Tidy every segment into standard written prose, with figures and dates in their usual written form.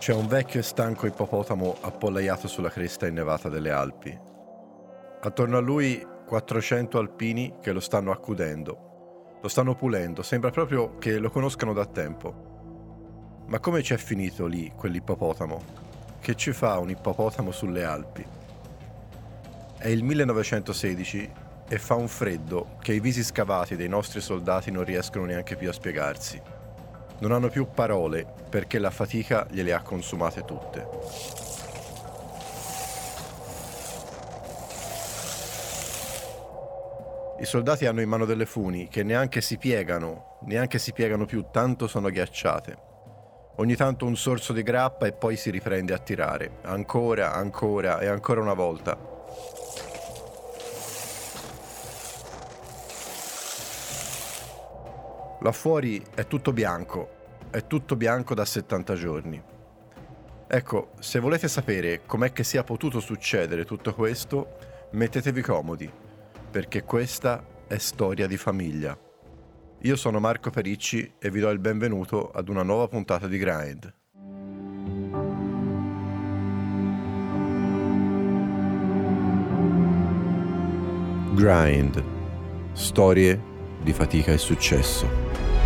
C'è un vecchio e stanco ippopotamo appollaiato sulla cresta innevata delle Alpi. Attorno a lui 400 alpini che lo stanno accudendo, lo stanno pulendo, sembra proprio che lo conoscano da tempo. Ma come c'è finito lì quell'ippopotamo? Che ci fa un ippopotamo sulle Alpi? È il 1916 e fa un freddo che i visi scavati dei nostri soldati non riescono neanche più a spiegarsi. Non hanno più parole perché la fatica gliele ha consumate tutte. I soldati hanno in mano delle funi che neanche si piegano più, tanto sono ghiacciate. Ogni tanto un sorso di grappa e poi si riprende a tirare, ancora e ancora una volta. Là fuori è tutto bianco da 70 giorni. Ecco, se volete sapere com'è che sia potuto succedere tutto questo, mettetevi comodi, perché questa è storia di famiglia. Io sono Marco Pericci e vi do il benvenuto ad una nuova puntata di Grind. Grind. Storie di fatica e successo.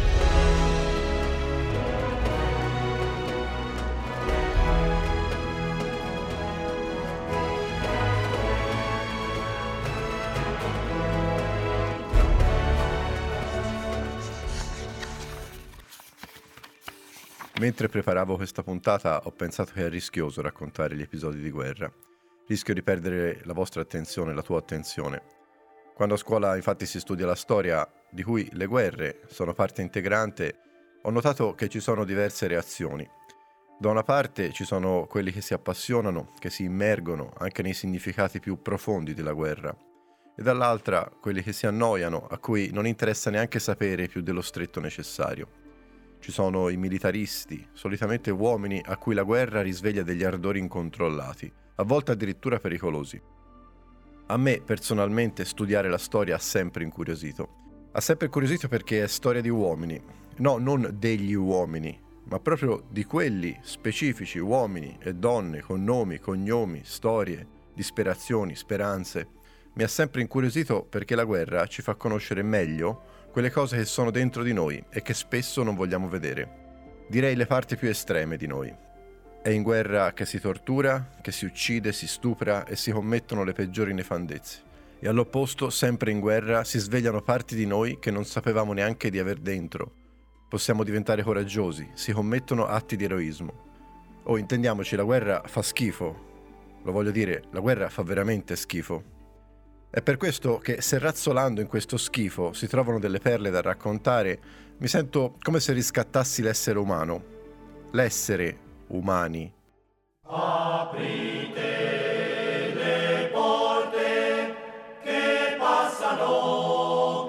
Mentre preparavo questa puntata ho pensato che è rischioso raccontare gli episodi di guerra. Rischio di perdere la vostra attenzione, la tua attenzione. Quando a scuola infatti si studia la storia, di cui le guerre sono parte integrante, ho notato che ci sono diverse reazioni. Da una parte ci sono quelli che si appassionano, che si immergono anche nei significati più profondi della guerra, e dall'altra quelli che si annoiano, a cui non interessa neanche sapere più dello stretto necessario. Ci sono i militaristi, solitamente uomini a cui la guerra risveglia degli ardori incontrollati, a volte addirittura pericolosi. A me, personalmente, studiare la storia ha sempre incuriosito. Ha sempre incuriosito perché è storia di uomini. No, non degli uomini, ma proprio di quelli specifici, uomini e donne, con nomi, cognomi, storie, disperazioni, speranze. Mi ha sempre incuriosito perché la guerra ci fa conoscere meglio quelle cose che sono dentro di noi e che spesso non vogliamo vedere. Direi le parti più estreme di noi. È in guerra che si tortura, che si uccide, si stupra e si commettono le peggiori nefandezze. E all'opposto, sempre in guerra, si svegliano parti di noi che non sapevamo neanche di aver dentro. Possiamo diventare coraggiosi, si commettono atti di eroismo. Oh, intendiamoci, la guerra fa schifo. Lo voglio dire, la guerra fa veramente schifo. È per questo che, se razzolando in questo schifo si trovano delle perle da raccontare, mi sento come se riscattassi l'essere umano. L'essere umani. Aprite le porte che passano,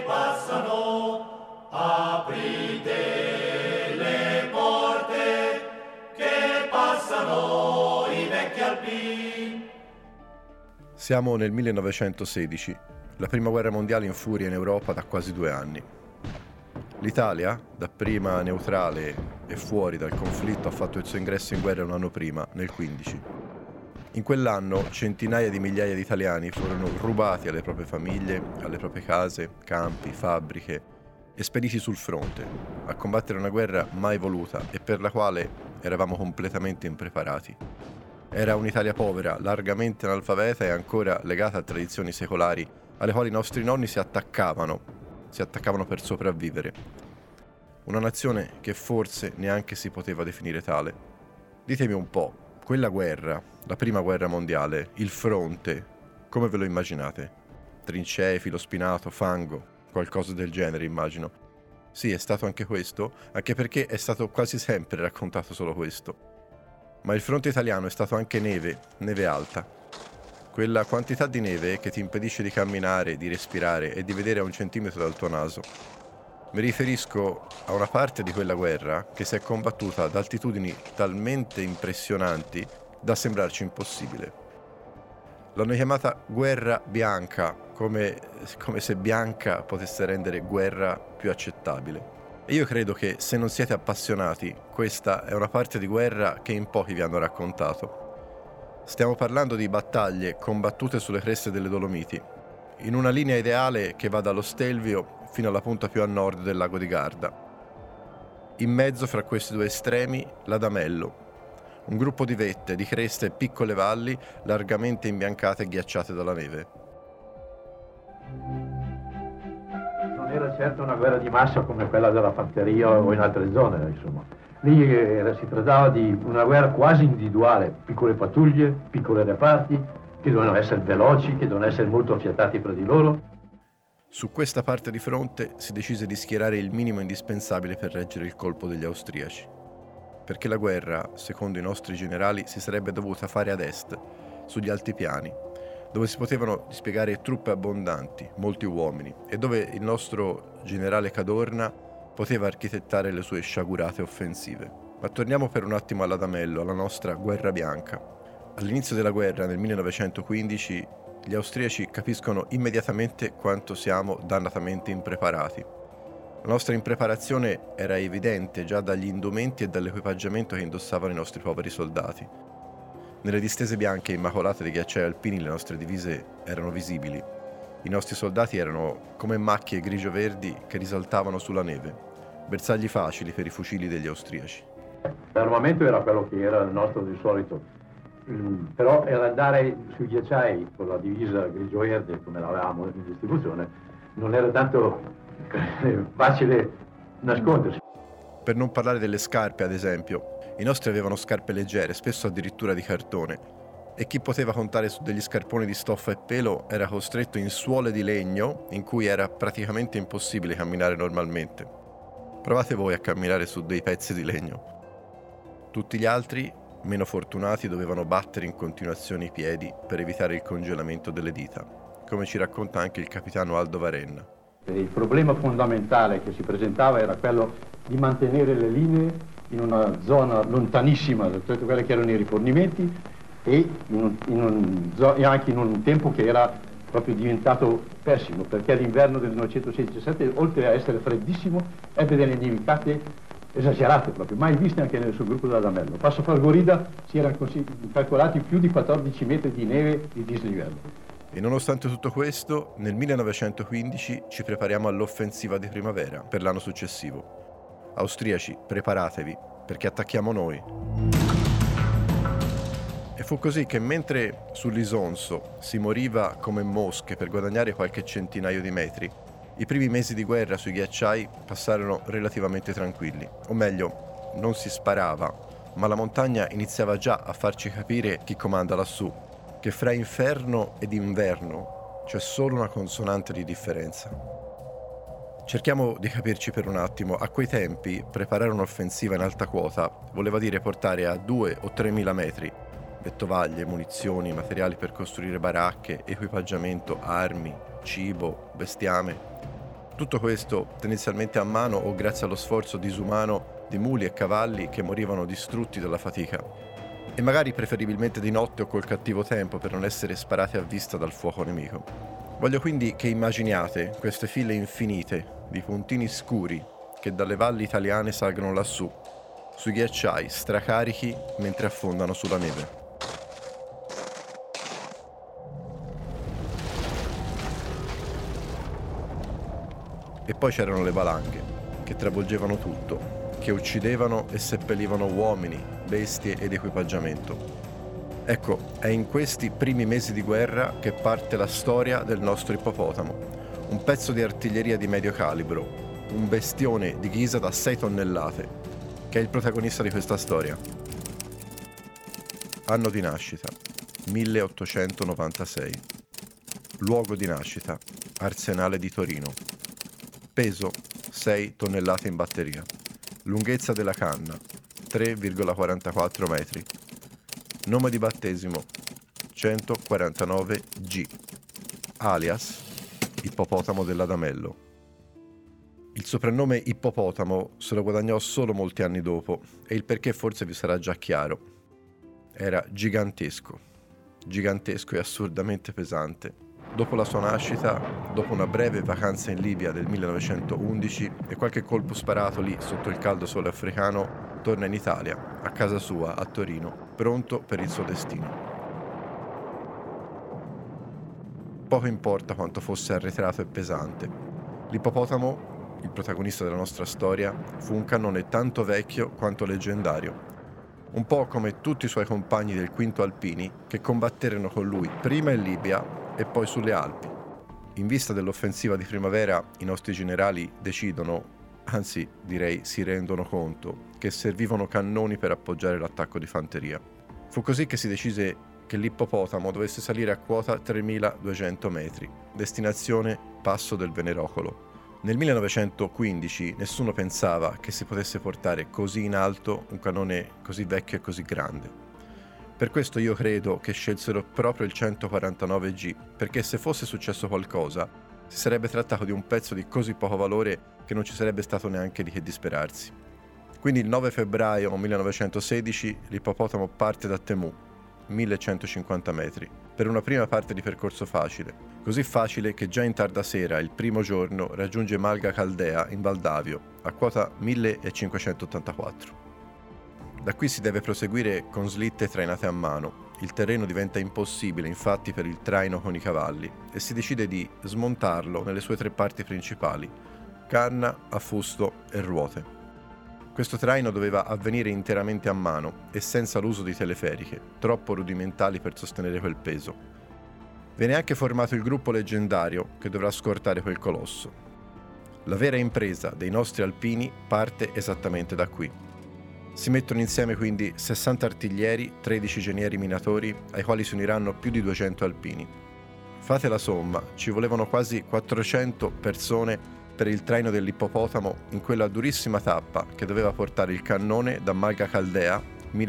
aprite le porte che passano i vecchi alpini. Siamo nel 1916, la prima guerra mondiale infuria in Europa da quasi 2 anni. L'Italia, dapprima neutrale e fuori dal conflitto, ha fatto il suo ingresso in guerra un anno prima, nel 15. In quell'anno centinaia di migliaia di italiani furono rubati alle proprie famiglie, alle proprie case, campi, fabbriche e spediti sul fronte, a combattere una guerra mai voluta e per la quale eravamo completamente impreparati. Era un'Italia povera, largamente analfabeta e ancora legata a tradizioni secolari alle quali i nostri nonni si attaccavano per sopravvivere. Una nazione che forse neanche si poteva definire tale. Ditemi un po', quella guerra, la prima guerra mondiale, il fronte, come ve lo immaginate? Trincee, filo spinato, fango, qualcosa del genere immagino. Sì, è stato anche questo, anche perché è stato quasi sempre raccontato solo questo. Ma il fronte italiano è stato anche neve alta. Quella quantità di neve che ti impedisce di camminare, di respirare e di vedere a 1 centimetro dal tuo naso. Mi riferisco a una parte di quella guerra che si è combattuta ad altitudini talmente impressionanti da sembrarci impossibile. L'hanno chiamata guerra bianca, come se bianca potesse rendere guerra più accettabile. E io credo che se non siete appassionati, questa è una parte di guerra che in pochi vi hanno raccontato. Stiamo parlando di battaglie combattute sulle creste delle Dolomiti, in una linea ideale che va dallo Stelvio fino alla punta più a nord del lago di Garda. In mezzo fra questi due estremi, l'Adamello, un gruppo di vette, di creste e piccole valli largamente imbiancate e ghiacciate dalla neve. Non era certo una guerra di massa come quella della fanteria o in altre zone, insomma. Lì si trattava di una guerra quasi individuale, piccole pattuglie, piccoli reparti, che dovevano essere veloci, che dovevano essere molto affiatati fra di loro. Su questa parte di fronte si decise di schierare il minimo indispensabile per reggere il colpo degli austriaci, perché la guerra, secondo i nostri generali, si sarebbe dovuta fare ad est, sugli altipiani, dove si potevano dispiegare truppe abbondanti, molti uomini, e dove il nostro generale Cadorna poteva architettare le sue sciagurate offensive. Ma torniamo per un attimo all'Adamello, alla nostra guerra bianca. All'inizio della guerra, nel 1915, gli austriaci capiscono immediatamente quanto siamo dannatamente impreparati. La nostra impreparazione era evidente già dagli indumenti e dall'equipaggiamento che indossavano i nostri poveri soldati. Nelle distese bianche immacolate dei ghiacciai alpini le nostre divise erano visibili. I nostri soldati erano come macchie grigio-verdi che risaltavano sulla neve, bersagli facili per i fucili degli austriaci. L'armamento era quello che era il nostro di solito. Però era andare sui ghiacciai con la divisa grigio-verde come l'avevamo in distribuzione, non era tanto facile nascondersi. Per non parlare delle scarpe, ad esempio. I nostri avevano scarpe leggere, spesso addirittura di cartone, e chi poteva contare su degli scarponi di stoffa e pelo era costretto in suole di legno in cui era praticamente impossibile camminare normalmente. Provate voi a camminare su dei pezzi di legno. Tutti gli altri, meno fortunati, dovevano battere in continuazione i piedi per evitare il congelamento delle dita, come ci racconta anche il capitano Aldo Varenna. Il problema fondamentale che si presentava era quello di mantenere le linee in una zona lontanissima da tutte quelle che erano i rifornimenti e anche in un tempo che era proprio diventato pessimo, perché l'inverno del 1916-17, oltre a essere freddissimo, ebbe delle nevicate esagerate proprio, mai viste anche sul gruppo dell'Adamello. Passo Falgorida si erano calcolati più di 14 metri di neve di dislivello. E nonostante tutto questo, nel 1915 ci prepariamo all'offensiva di primavera per l'anno successivo. Austriaci, preparatevi, perché attacchiamo noi. E fu così che mentre sull'Isonzo si moriva come mosche per guadagnare qualche centinaio di metri, i primi mesi di guerra sui ghiacciai passarono relativamente tranquilli. O meglio, non si sparava, ma la montagna iniziava già a farci capire chi comanda lassù, che fra inferno ed inverno c'è solo una consonante di differenza. Cerchiamo di capirci per un attimo. A quei tempi preparare un'offensiva in alta quota voleva dire portare a 2 o 3 mila metri vettovaglie, munizioni, materiali per costruire baracche, equipaggiamento, armi, cibo, bestiame. Tutto questo tendenzialmente a mano o grazie allo sforzo disumano di muli e cavalli che morivano distrutti dalla fatica. E magari preferibilmente di notte o col cattivo tempo per non essere sparati a vista dal fuoco nemico. Voglio quindi che immaginiate queste file infinite di puntini scuri che dalle valli italiane salgono lassù, sui ghiacciai stracarichi mentre affondano sulla neve. E poi c'erano le valanghe, che travolgevano tutto, che uccidevano e seppellivano uomini, bestie ed equipaggiamento. Ecco, è in questi primi mesi di guerra che parte la storia del nostro ippopotamo, un pezzo di artiglieria di medio calibro, un bestione di ghisa da 6 tonnellate, che è il protagonista di questa storia. Anno di nascita, 1896. Luogo di nascita, Arsenale di Torino. Peso, 6 tonnellate in batteria. Lunghezza della canna, 3,44 metri. Nome di battesimo, 149G. Alias, Ippopotamo dell'Adamello. Il soprannome Ippopotamo se lo guadagnò solo molti anni dopo e il perché forse vi sarà già chiaro. Era gigantesco e assurdamente pesante Dopo la sua nascita, dopo una breve vacanza in Libia del 1911 e qualche colpo sparato lì sotto il caldo sole africano, torna in Italia, a casa sua, a Torino, pronto per il suo destino. Poco importa quanto fosse arretrato e pesante. L'ippopotamo, il protagonista della nostra storia, fu un cannone tanto vecchio quanto leggendario. Un po' come tutti i suoi compagni del Quinto Alpini che combatterono con lui prima in Libia e poi sulle Alpi. In vista dell'offensiva di primavera, i nostri generali decidono, anzi direi si rendono conto, che servivano cannoni per appoggiare l'attacco di fanteria. Fu così che si decise che l'ippopotamo dovesse salire a quota 3200 metri, destinazione Passo del Venerocolo. Nel 1915 nessuno pensava che si potesse portare così in alto un cannone così vecchio e così grande. Per questo io credo che scelsero proprio il 149G, perché se fosse successo qualcosa, si sarebbe trattato di un pezzo di così poco valore che non ci sarebbe stato neanche di che disperarsi. Quindi il 9 febbraio 1916 l'ippopotamo parte da Temù, 1150 metri, per una prima parte di percorso facile, così facile che già in tarda sera, il primo giorno, raggiunge Malga Caldea in Val d'Avio, a quota 1584. Da qui si deve proseguire con slitte trainate a mano. Il terreno diventa impossibile infatti per il traino con i cavalli e si decide di smontarlo nelle sue tre parti principali: canna, affusto e ruote. Questo traino doveva avvenire interamente a mano e senza l'uso di teleferiche, troppo rudimentali per sostenere quel peso. Viene anche formato il gruppo leggendario che dovrà scortare quel colosso. La vera impresa dei nostri alpini parte esattamente da qui. Si mettono insieme quindi 60 artiglieri, 13 genieri minatori, ai quali si uniranno più di 200 alpini. Fate la somma, ci volevano quasi 400 persone per il traino dell'ippopotamo in quella durissima tappa che doveva portare il cannone da Malga Caldea,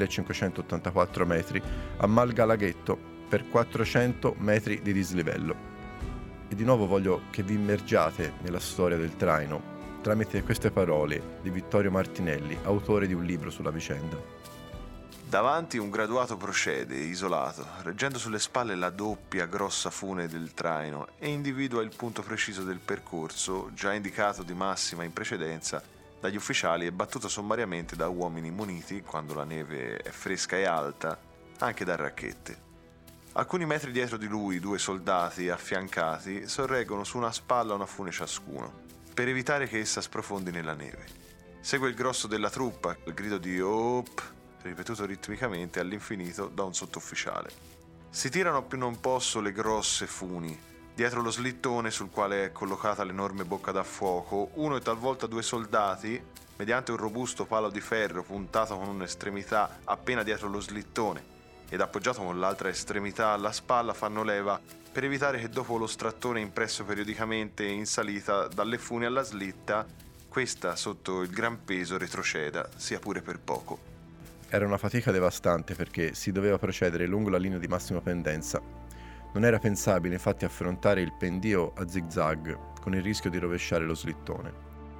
1584 metri, a Malga Laghetto, per 400 metri di dislivello. E di nuovo voglio che vi immergiate nella storia del traino, tramite queste parole di Vittorio Martinelli, autore di un libro sulla vicenda. Davanti un graduato procede, isolato, reggendo sulle spalle la doppia grossa fune del traino e individua il punto preciso del percorso, già indicato di massima in precedenza dagli ufficiali e battuto sommariamente da uomini muniti, quando la neve è fresca e alta, anche da racchette. Alcuni metri dietro di lui, due soldati affiancati sorreggono su una spalla una fune ciascuno, per evitare che essa sprofondi nella neve. Segue il grosso della truppa, il grido di "Op", ripetuto ritmicamente all'infinito da un sottufficiale. Si tirano a più non posso le grosse funi. Dietro lo slittone sul quale è collocata l'enorme bocca da fuoco, uno e talvolta due soldati, mediante un robusto palo di ferro puntato con un'estremità appena dietro lo slittone ed appoggiato con l'altra estremità alla spalla, fanno leva per evitare che dopo lo strattone impresso periodicamente in salita dalle funi alla slitta, questa sotto il gran peso retroceda, sia pure per poco. Era una fatica devastante perché si doveva procedere lungo la linea di massima pendenza. Non era pensabile infatti affrontare il pendio a zigzag con il rischio di rovesciare lo slittone.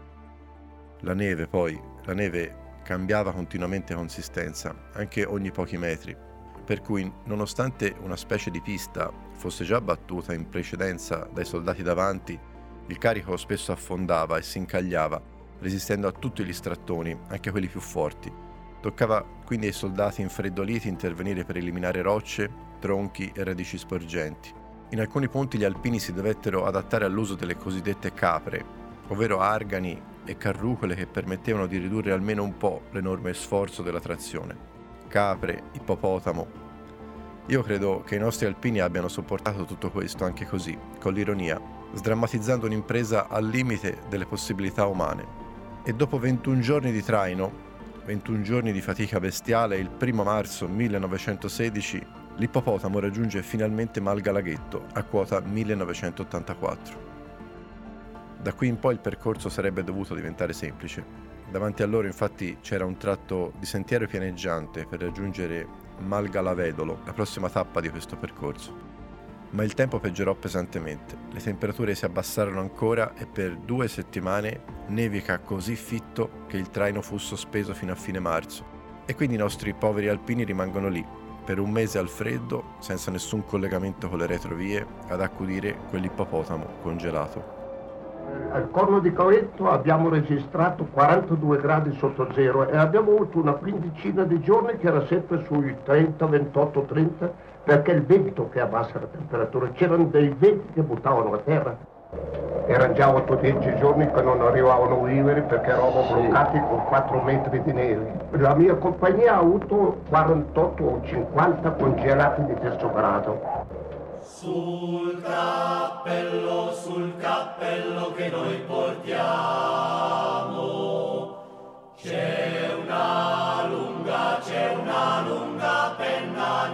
La neve cambiava continuamente consistenza, anche ogni pochi metri, per cui nonostante una specie di pista fosse già battuta in precedenza dai soldati davanti, il carico spesso affondava e si incagliava, resistendo a tutti gli strattoni, anche quelli più forti. Toccava quindi ai soldati infreddoliti intervenire per eliminare rocce, tronchi e radici sporgenti. In alcuni punti gli alpini si dovettero adattare all'uso delle cosiddette capre, ovvero argani e carrucole che permettevano di ridurre almeno un po' l'enorme sforzo della trazione. Capre, ippopotamo. Io credo che i nostri alpini abbiano sopportato tutto questo anche così, con l'ironia, sdrammatizzando un'impresa al limite delle possibilità umane. E dopo 21 giorni di traino, 21 giorni di fatica bestiale, il 1 marzo 1916 l'ippopotamo raggiunge finalmente Malga Laghetto a quota 1984. Da qui in poi il percorso sarebbe dovuto diventare semplice. Davanti a loro infatti c'era un tratto di sentiero pianeggiante per raggiungere Malga Lavedolo, la prossima tappa di questo percorso. Ma il tempo peggiorò pesantemente, le temperature si abbassarono ancora e per 2 settimane nevica così fitto che il traino fu sospeso fino a fine marzo. E quindi i nostri poveri alpini rimangono lì, per un mese al freddo, senza nessun collegamento con le retrovie, ad accudire quell'ippopotamo congelato. Al Corno di Coetto abbiamo registrato 42 gradi sotto zero e abbiamo avuto una quindicina di giorni che era sempre sui 30, 28, 30, perché il vento che abbassa la temperatura, c'erano dei venti che buttavano a terra. Erano già 8-10 giorni che non arrivavano viveri perché eravamo bloccati con 4 metri di neve. La mia compagnia ha avuto 48 o 50 congelati di terzo grado. Sul cappello che noi portiamo c'è una lunga penna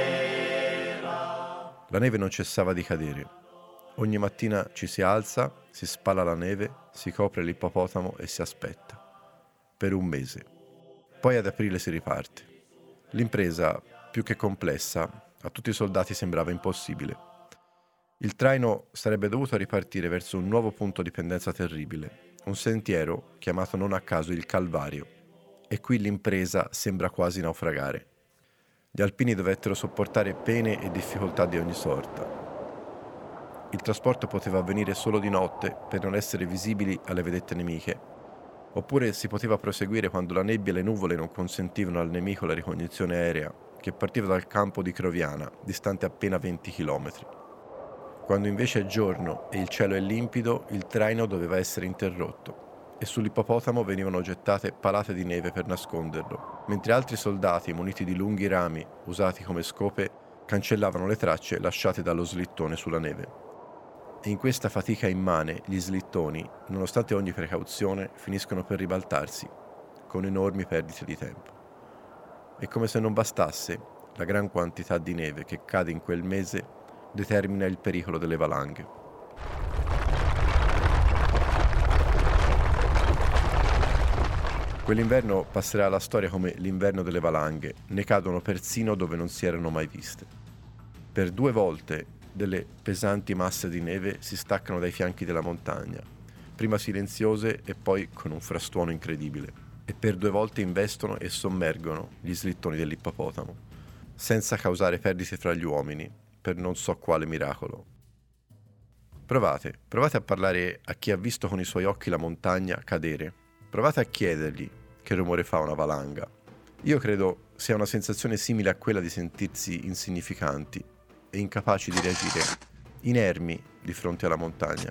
nera. La neve non cessava di cadere. Ogni mattina ci si alza, si spala la neve, si copre l'ippopotamo e si aspetta. Per un mese. Poi ad aprile si riparte. L'impresa, più che complessa, a tutti i soldati sembrava impossibile. Il traino sarebbe dovuto ripartire verso un nuovo punto di pendenza terribile, un sentiero chiamato non a caso il Calvario, e qui l'impresa sembra quasi naufragare. Gli alpini dovettero sopportare pene e difficoltà di ogni sorta. Il trasporto poteva avvenire solo di notte per non essere visibili alle vedette nemiche, oppure si poteva proseguire quando la nebbia e le nuvole non consentivano al nemico la ricognizione aerea, che partiva dal campo di Croviana, distante appena 20 chilometri. Quando invece è giorno e il cielo è limpido, il traino doveva essere interrotto e sull'ippopotamo venivano gettate palate di neve per nasconderlo, mentre altri soldati, muniti di lunghi rami usati come scope, cancellavano le tracce lasciate dallo slittone sulla neve. E in questa fatica immane gli slittoni, nonostante ogni precauzione, finiscono per ribaltarsi, con enormi perdite di tempo. E come se non bastasse, la gran quantità di neve che cade in quel mese determina il pericolo delle valanghe. Quell'inverno passerà alla storia come l'inverno delle valanghe, ne cadono persino dove non si erano mai viste. Per 2 volte delle pesanti masse di neve si staccano dai fianchi della montagna, prima silenziose e poi con un frastuono incredibile, e per 2 volte investono e sommergono gli slittoni dell'ippopotamo, senza causare perdite fra gli uomini, per non so quale miracolo. Provate a parlare a chi ha visto con i suoi occhi la montagna cadere. Provate a chiedergli che rumore fa una valanga. Io credo sia una sensazione simile a quella di sentirsi insignificanti e incapaci di reagire, inermi di fronte alla montagna.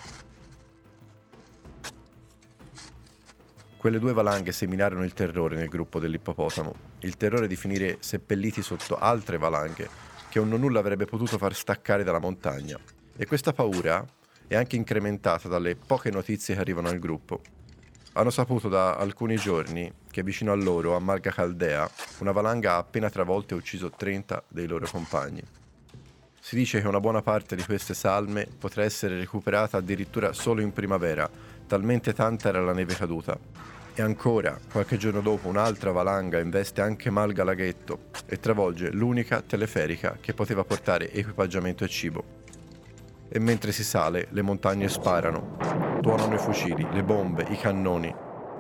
Quelle 2 valanghe seminarono il terrore nel gruppo dell'ippopotamo, il terrore di finire seppelliti sotto altre valanghe che un nonnulla avrebbe potuto far staccare dalla montagna. E questa paura è anche incrementata dalle poche notizie che arrivano al gruppo. Hanno saputo da alcuni giorni che vicino a loro, a Marga Caldea, una valanga ha appena travolto e ucciso 30 dei loro compagni. Si dice che una buona parte di queste salme potrà essere recuperata addirittura solo in primavera, talmente tanta era la neve caduta. E ancora, qualche giorno dopo, un'altra valanga investe anche Malga Laghetto e travolge l'unica teleferica che poteva portare equipaggiamento e cibo. E mentre si sale, le montagne sparano, tuonano i fucili, le bombe, i cannoni.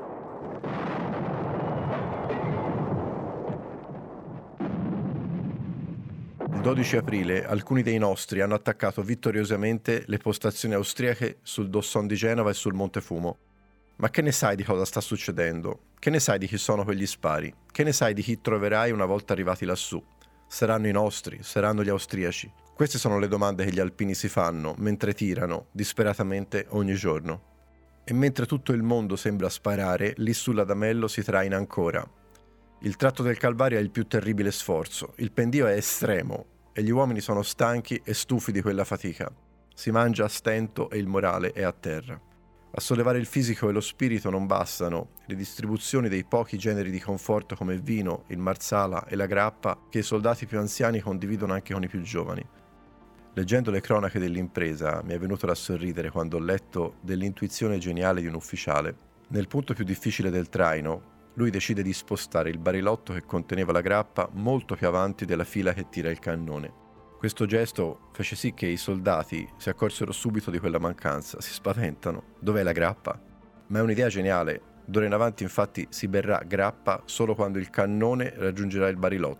Il 12 aprile alcuni dei nostri hanno attaccato vittoriosamente le postazioni austriache sul Dosson di Genova e sul Monte Fumo. Ma che ne sai di cosa sta succedendo? Che ne sai di chi sono quegli spari? Che ne sai di chi troverai una volta arrivati lassù? Saranno i nostri? Saranno gli austriaci? Queste sono le domande che gli alpini si fanno mentre tirano disperatamente ogni giorno. E mentre tutto il mondo sembra sparare, lì sull'Adamello si traina ancora. Il tratto del Calvario è il più terribile sforzo, il pendio è estremo e gli uomini sono stanchi e stufi di quella fatica. Si mangia a stento e il morale è a terra. A sollevare il fisico e lo spirito non bastano le distribuzioni dei pochi generi di conforto come il vino, il marsala e la grappa che i soldati più anziani condividono anche con i più giovani. Leggendo le cronache dell'impresa mi è venuto da sorridere quando ho letto dell'intuizione geniale di un ufficiale. Nel punto più difficile del traino, lui decide di spostare il barilotto che conteneva la grappa molto più avanti della fila che tira il cannone. Questo gesto fece sì che i soldati si accorsero subito di quella mancanza, si spaventano. Dov'è la grappa? Ma è un'idea geniale. D'ora in avanti infatti si berrà grappa solo quando il cannone raggiungerà il barilotto.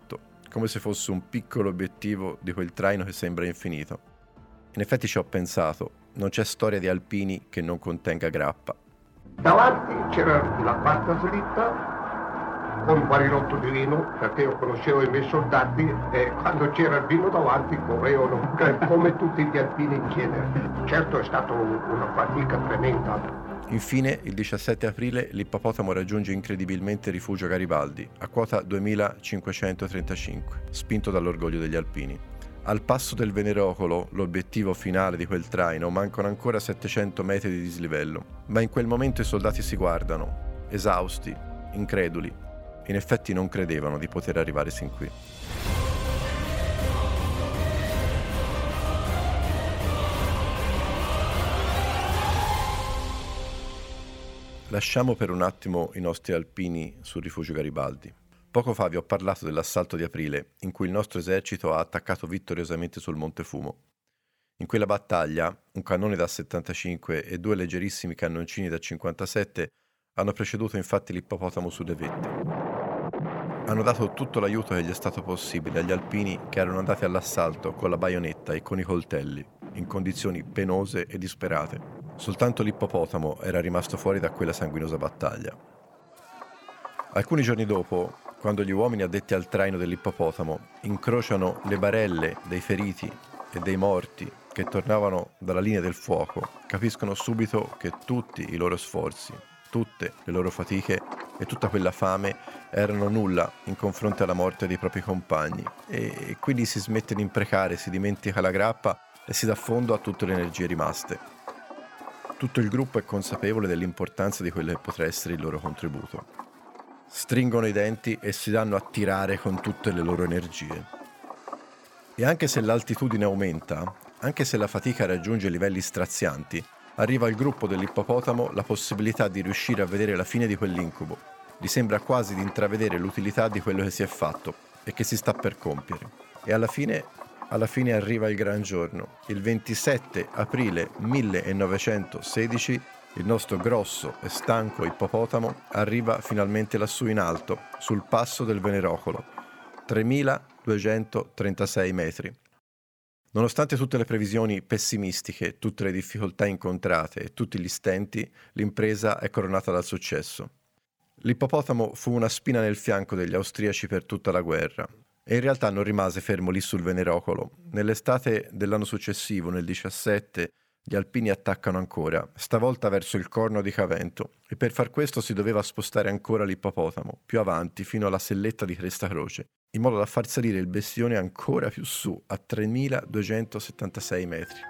come se fosse un piccolo obiettivo di quel traino che sembra infinito. In effetti ci ho pensato, non c'è storia di alpini che non contenga grappa. Davanti c'era la quarta slitta con un barilotto di vino, perché io conoscevo i miei soldati e quando c'era il vino davanti correvano come tutti gli alpini in genere. Certo è stata una fatica tremenda. Infine, il 17 aprile, l'ippopotamo raggiunge incredibilmente il rifugio Garibaldi, a quota 2535, spinto dall'orgoglio degli alpini. Al passo del Venerocolo, l'obiettivo finale di quel traino, mancano ancora 700 metri di dislivello, ma in quel momento i soldati si guardano, esausti, increduli. In effetti non credevano di poter arrivare sin qui. Lasciamo per un attimo i nostri alpini sul rifugio Garibaldi. Poco fa vi ho parlato dell'assalto di aprile, in cui il nostro esercito ha attaccato vittoriosamente sul Monte Fumo. In quella battaglia, un cannone da 75 e 2 leggerissimi cannoncini da 57 hanno preceduto infatti l'ippopotamo sulle vette. Hanno dato tutto l'aiuto che gli è stato possibile agli alpini che erano andati all'assalto con la baionetta e con i coltelli, in condizioni penose e disperate. Soltanto l'ippopotamo era rimasto fuori da quella sanguinosa battaglia. Alcuni giorni dopo, quando gli uomini addetti al traino dell'ippopotamo incrociano le barelle dei feriti e dei morti che tornavano dalla linea del fuoco, capiscono subito che tutti i loro sforzi, tutte le loro fatiche e tutta quella fame erano nulla in confronto alla morte dei propri compagni e quindi si smette di imprecare, si dimentica la grappa e si dà fondo a tutte le energie rimaste. Tutto il gruppo è consapevole dell'importanza di quello che potrà essere il loro contributo. Stringono i denti e si danno a tirare con tutte le loro energie. E anche se l'altitudine aumenta, anche se la fatica raggiunge livelli strazianti, arriva al gruppo dell'ippopotamo la possibilità di riuscire a vedere la fine di quell'incubo. Gli sembra quasi di intravedere l'utilità di quello che si è fatto e che si sta per compiere. E alla fine arriva il gran giorno. Il 27 aprile 1916 il nostro grosso e stanco ippopotamo arriva finalmente lassù in alto, sul passo del Venerocolo, 3236 metri. Nonostante tutte le previsioni pessimistiche, tutte le difficoltà incontrate e tutti gli stenti, l'impresa è coronata dal successo. L'ippopotamo fu una spina nel fianco degli austriaci per tutta la guerra e in realtà non rimase fermo lì sul Venerocolo. Nell'estate dell'anno successivo, nel 17, gli alpini attaccano ancora, stavolta verso il Corno di Cavento, e per far questo si doveva spostare ancora l'ippopotamo, più avanti fino alla selletta di Cresta Croce, in modo da far salire il bestione ancora più su, a 3276 metri.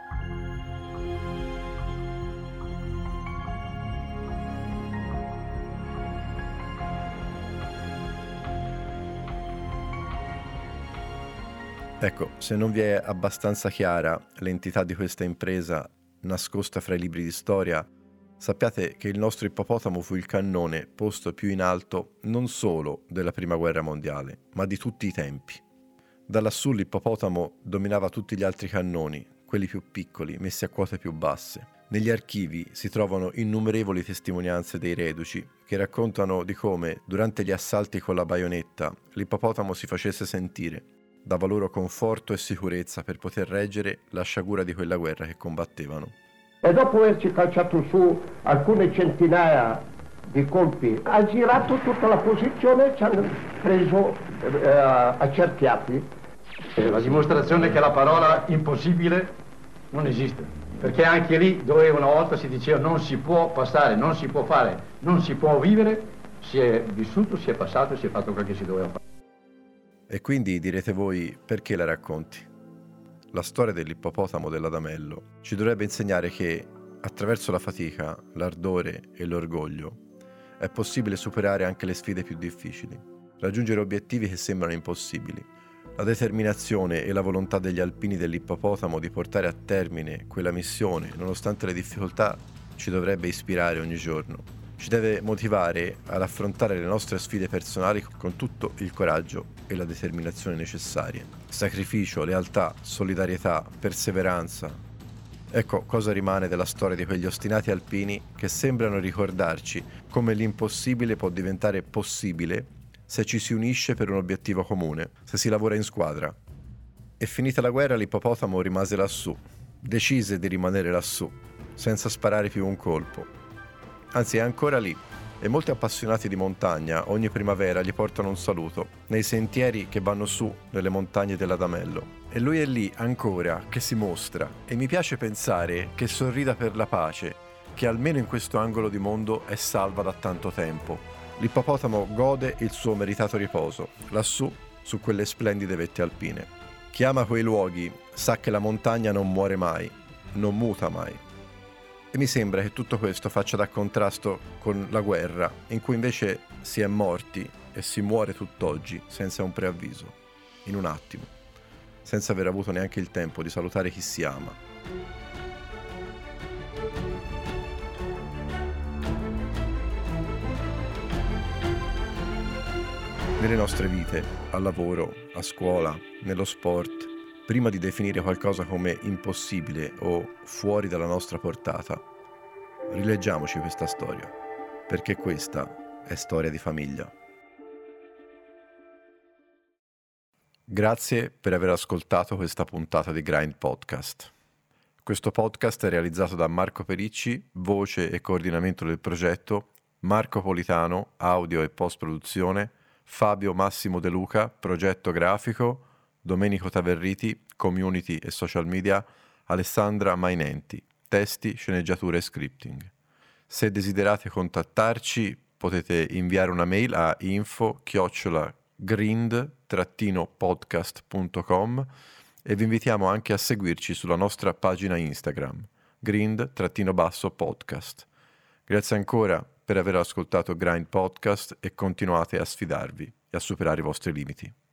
Ecco, se non vi è abbastanza chiara l'entità di questa impresa nascosta fra i libri di storia, sappiate che il nostro ippopotamo fu il cannone posto più in alto non solo della Prima Guerra Mondiale, ma di tutti i tempi. Da lassù l'ippopotamo dominava tutti gli altri cannoni, quelli più piccoli, messi a quote più basse. Negli archivi si trovano innumerevoli testimonianze dei reduci che raccontano di come, durante gli assalti con la baionetta, l'ippopotamo si facesse sentire, dava loro conforto e sicurezza per poter reggere la sciagura di quella guerra che combattevano. E dopo averci calciato su alcune centinaia di colpi, ha girato tutta la posizione e ci hanno preso accerchiati. La dimostrazione che la parola impossibile non esiste, perché anche lì dove una volta si diceva non si può passare, non si può fare, non si può vivere, si è vissuto, si è passato e si è fatto quel che si doveva fare. E quindi direte voi, perché la racconti? La storia dell'ippopotamo dell'Adamello ci dovrebbe insegnare che, attraverso la fatica, l'ardore e l'orgoglio, è possibile superare anche le sfide più difficili, raggiungere obiettivi che sembrano impossibili. La determinazione e la volontà degli alpini dell'ippopotamo di portare a termine quella missione, nonostante le difficoltà, ci dovrebbe ispirare ogni giorno. Ci deve motivare ad affrontare le nostre sfide personali con tutto il coraggio e la determinazione necessarie. Sacrificio, lealtà, solidarietà, perseveranza. Ecco cosa rimane della storia di quegli ostinati alpini che sembrano ricordarci come l'impossibile può diventare possibile se ci si unisce per un obiettivo comune, se si lavora in squadra. E finita la guerra l'ippopotamo rimase lassù, decise di rimanere lassù, senza sparare più un colpo. Anzi, è ancora lì, e molti appassionati di montagna ogni primavera gli portano un saluto, nei sentieri che vanno su nelle montagne dell'Adamello. E lui è lì ancora, che si mostra, e mi piace pensare che sorrida per la pace, che almeno in questo angolo di mondo è salva da tanto tempo. L'ippopotamo gode il suo meritato riposo, lassù, su quelle splendide vette alpine. Chi ama quei luoghi sa che la montagna non muore mai, non muta mai. E mi sembra che tutto questo faccia da contrasto con la guerra, in cui invece si è morti e si muore tutt'oggi senza un preavviso, in un attimo, senza aver avuto neanche il tempo di salutare chi si ama. Nelle nostre vite, al lavoro, a scuola, nello sport, prima di definire qualcosa come impossibile o fuori dalla nostra portata, rileggiamoci questa storia, perché questa è storia di famiglia. Grazie per aver ascoltato questa puntata di Grind Podcast. Questo podcast è realizzato da Marco Pericci, voce e coordinamento del progetto, Marco Politano, audio e post-produzione, Fabio Massimo De Luca, progetto grafico, Domenico Taverriti, community e social media, Alessandra Mainenti, testi, sceneggiature e scripting. Se desiderate contattarci potete inviare una mail a info@grind-podcast.com e vi invitiamo anche a seguirci sulla nostra pagina Instagram, grind-podcast. Grazie ancora per aver ascoltato Grind Podcast e continuate a sfidarvi e a superare i vostri limiti.